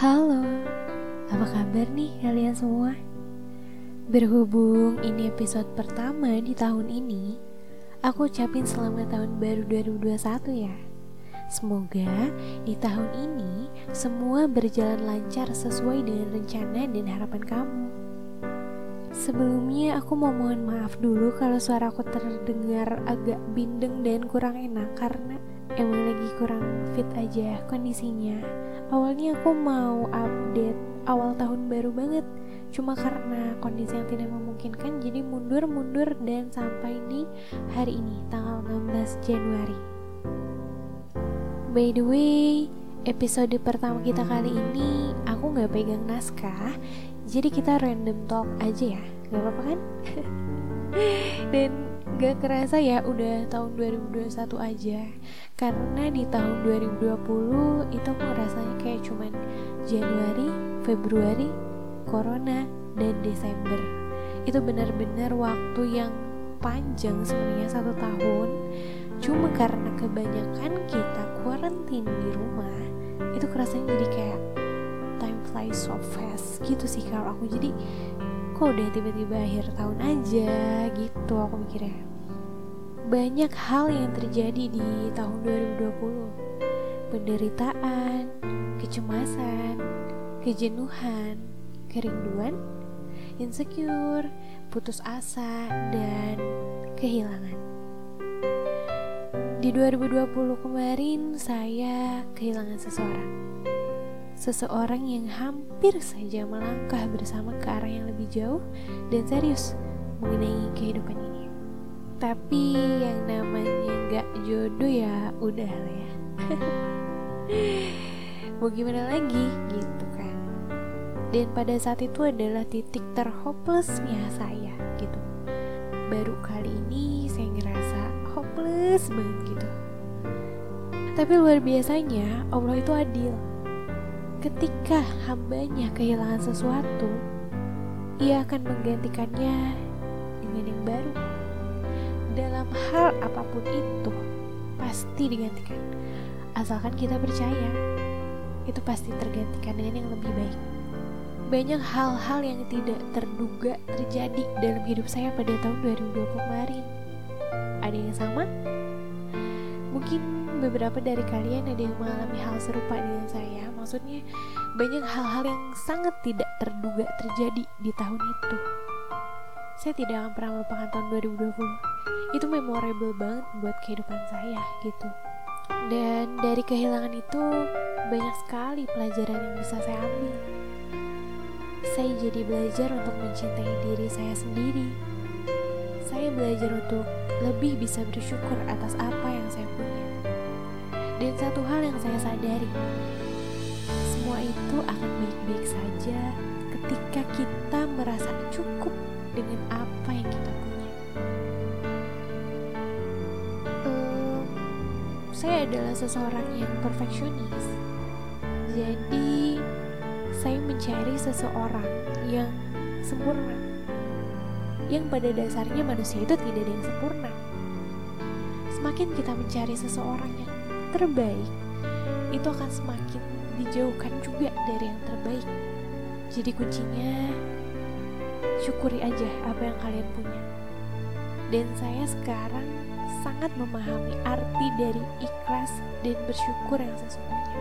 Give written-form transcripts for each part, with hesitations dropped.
Halo, apa kabar nih kalian semua? Berhubung ini episode pertama di tahun ini, aku ucapin selamat tahun baru 2021 ya. Semoga di tahun ini semua berjalan lancar sesuai dengan rencana dan harapan kamu. Sebelumnya aku mau mohon maaf dulu kalau suara aku terdengar agak bindeng dan kurang enak karena emang lagi kurang fit aja kondisinya. Awalnya aku mau update awal tahun baru banget, cuma karena kondisi yang tidak memungkinkan jadi mundur dan sampai di hari ini tanggal 16 Januari. By the way, episode pertama kita kali ini aku gak pegang naskah, jadi kita random talk aja ya, gak apa-apa kan? Dan gak kerasa ya udah tahun 2021 aja. Karena di tahun 2020 itu aku rasanya kayak cuman Januari, Februari, Corona, dan Desember. Itu benar-benar waktu yang panjang sebenarnya 1 tahun. Cuma karena kebanyakan kita quarantine di rumah, itu kerasanya jadi kayak time flies so fast gitu sih kalau aku. Jadi kok udah tiba-tiba akhir tahun aja gitu aku mikirnya. Banyak hal yang terjadi di tahun 2020. Penderitaan, kecemasan, kejenuhan, kerinduan, insecure, putus asa, dan kehilangan. Di 2020 kemarin saya kehilangan seseorang. Seseorang yang hampir saja melangkah bersama ke arah yang lebih jauh dan serius mengenai kehidupan ini. Tapi yang namanya gak jodoh ya udah lah ya. Mau gimana lagi gitu kan. Dan pada saat itu adalah titik terhopelessnya saya gitu. Baru kali ini saya ngerasa hopeless banget gitu. Tapi luar biasanya Allah itu adil. Ketika hambanya kehilangan sesuatu, Ia akan menggantikannya dengan yang baru. Dalam hal apapun itu pasti digantikan. Asalkan kita percaya, itu pasti tergantikan dengan yang lebih baik. Banyak hal-hal yang tidak terduga terjadi dalam hidup saya pada tahun 2020 kemarin. Ada yang sama? Mungkin beberapa dari kalian ada yang mengalami hal serupa dengan saya. Maksudnya banyak hal-hal yang sangat tidak terduga terjadi di tahun itu. Saya tidak akan pernah melupakan tahun 2020. Itu memorable banget buat kehidupan saya gitu. Dan dari kehilangan itu banyak sekali pelajaran yang bisa saya ambil. Saya jadi belajar untuk mencintai diri saya sendiri. Saya belajar untuk lebih bisa bersyukur atas apa yang saya punya. Dan satu hal yang saya sadari, semua itu akan baik-baik saja ketika kita merasa cukup dengan apa yang kita punya. Saya adalah seseorang yang perfeksionis. Jadi saya mencari seseorang yang sempurna. Yang pada dasarnya manusia itu tidak ada yang sempurna. Semakin kita mencari seseorang yang terbaik, itu akan semakin dijauhkan juga dari yang terbaik. Jadi kuncinya syukuri aja apa yang kalian punya. Dan saya sekarang sangat memahami arti dari ikhlas dan bersyukur yang sesungguhnya.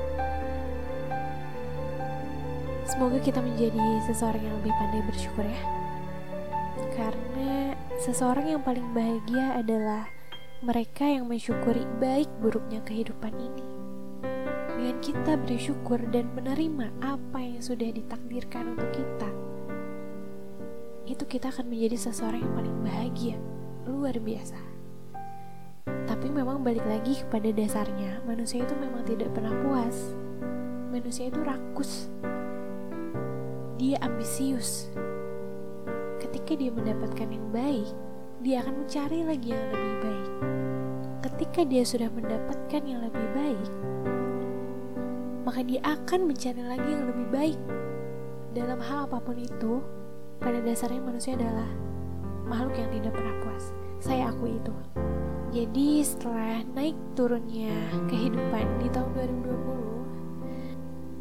Semoga kita menjadi seseorang yang lebih pandai bersyukur ya. Karena seseorang yang paling bahagia adalah mereka yang mensyukuri baik buruknya kehidupan ini. Dengan kita bersyukur dan menerima apa yang sudah ditakdirkan untuk kita, itu kita akan menjadi seseorang yang paling bahagia, luar biasa. Tapi memang balik lagi kepada dasarnya, manusia itu memang tidak pernah puas. Manusia itu rakus. Dia ambisius. Ketika dia mendapatkan yang baik, dia akan mencari lagi yang lebih baik. Ketika dia sudah mendapatkan yang lebih baik, maka dia akan mencari lagi yang lebih baik. Dalam hal apapun itu, pada dasarnya manusia adalah makhluk yang tidak pernah puas. Saya akui itu. Jadi setelah naik turunnya kehidupan di tahun 2020,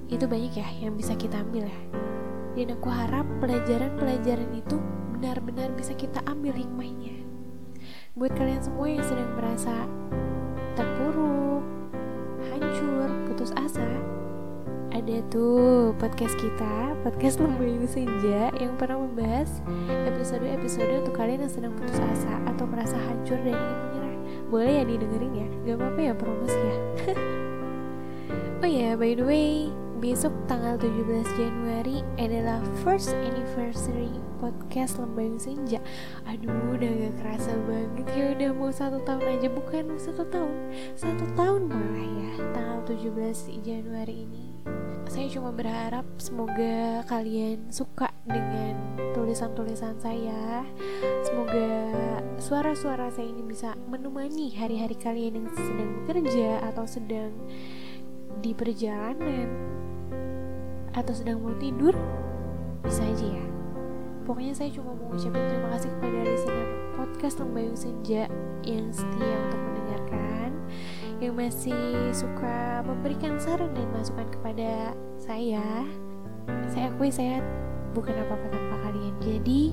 itu banyak ya yang bisa kita ambil ya. Dan aku harap pelajaran-pelajaran itu benar-benar bisa kita ambil hikmahnya. Buat kalian semua yang sedang merasa terpuruk, hancur, putus asa, ada tuh podcast kita, podcast Lembayung Senja, yang pernah membahas episode-episode untuk kalian yang sedang putus asa atau merasa hancur dan ingin menyerah. Boleh ya didengerin ya, gak apa-apa ya, promosi ya. Oh ya, by the way, besok tanggal 17 Januari adalah first anniversary podcast Lembayung Senja. Aduh, udah gak kerasa banget ya, udah mau 1 tahun aja. Bukan 1 tahun, 1 tahun malah ya, tanggal 17 Januari ini. Saya cuma berharap semoga kalian suka dengan tulisan-tulisan saya. Semoga suara-suara saya ini bisa menemani hari-hari kalian yang sedang bekerja atau sedang di perjalanan atau sedang mau tidur, bisa aja ya. Pokoknya saya cuma mau ucapin terima kasih kepada listener podcast Lembayung Senja yang setia untuk mendengarkan, yang masih suka memberikan saran dan masukan kepada saya. Saya akui saya bukan apa-apa tanpa kalian. Jadi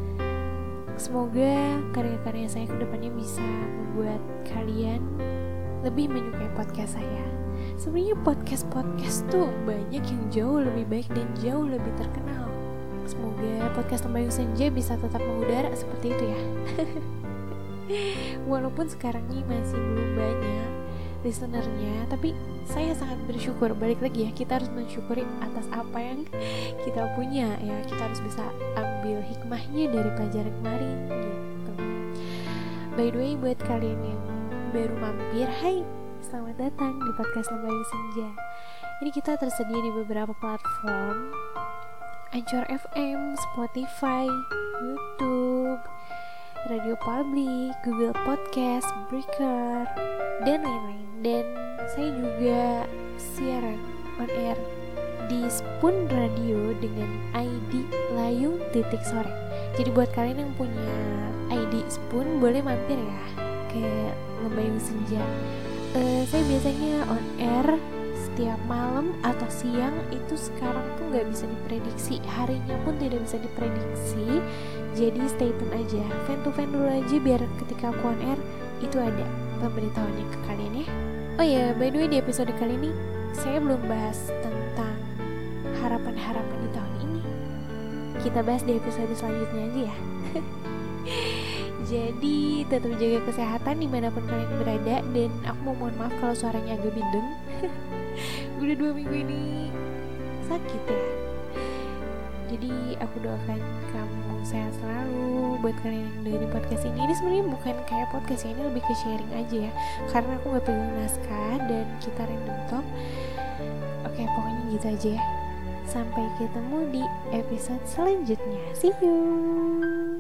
semoga karya-karya saya kedepannya bisa membuat kalian lebih menyukai podcast saya. Sebenarnya podcast tuh banyak yang jauh lebih baik dan jauh lebih terkenal. Semoga podcast Lembayung Senja bisa tetap mengudara seperti itu ya. Walaupun sekarang ini masih belum banyak listenernya, tapi saya sangat bersyukur. Balik lagi ya, kita harus mensyukuri atas apa yang kita punya ya. Kita harus bisa ambil hikmahnya dari pelajaran kemarin gitu. By the way, buat kalian yang baru mampir, hai, selamat datang di podcast Lembayung Senja. Ini kita tersedia di beberapa platform: Anchor FM, Spotify, YouTube, Radio Public, Google Podcast, Breaker, dan lain-lain. Dan saya juga siaran on air di Spoon Radio dengan ID Layung.sore. Jadi buat kalian yang punya ID Spoon, boleh mampir ya ke Lembayung Senja. Saya biasanya on air setiap malam atau siang. Itu sekarang tuh gak bisa diprediksi, harinya pun tidak bisa diprediksi. Jadi stay tune aja, fan to fan dulu aja, biar ketika aku on air itu ada pemberitahuannya ke kalian ya. Oh ya, by the way, di episode kali ini saya belum bahas tentang harapan-harapan di tahun ini. Kita bahas di episode selanjutnya aja ya. Jadi tetap jaga kesehatan dimanapun kalian berada. Dan aku mau mohon maaf kalau suaranya agak bindeng. Udah 2 minggu ini sakit ya. Jadi aku doakan kamu sehat selalu. Buat kalian yang dengerin podcast ini sebenarnya bukan kayak podcast ya, ini lebih ke sharing aja ya, karena aku gak pegang naskah dan kita random talk. Oke, pokoknya gitu aja ya. Sampai ketemu di episode selanjutnya. See you.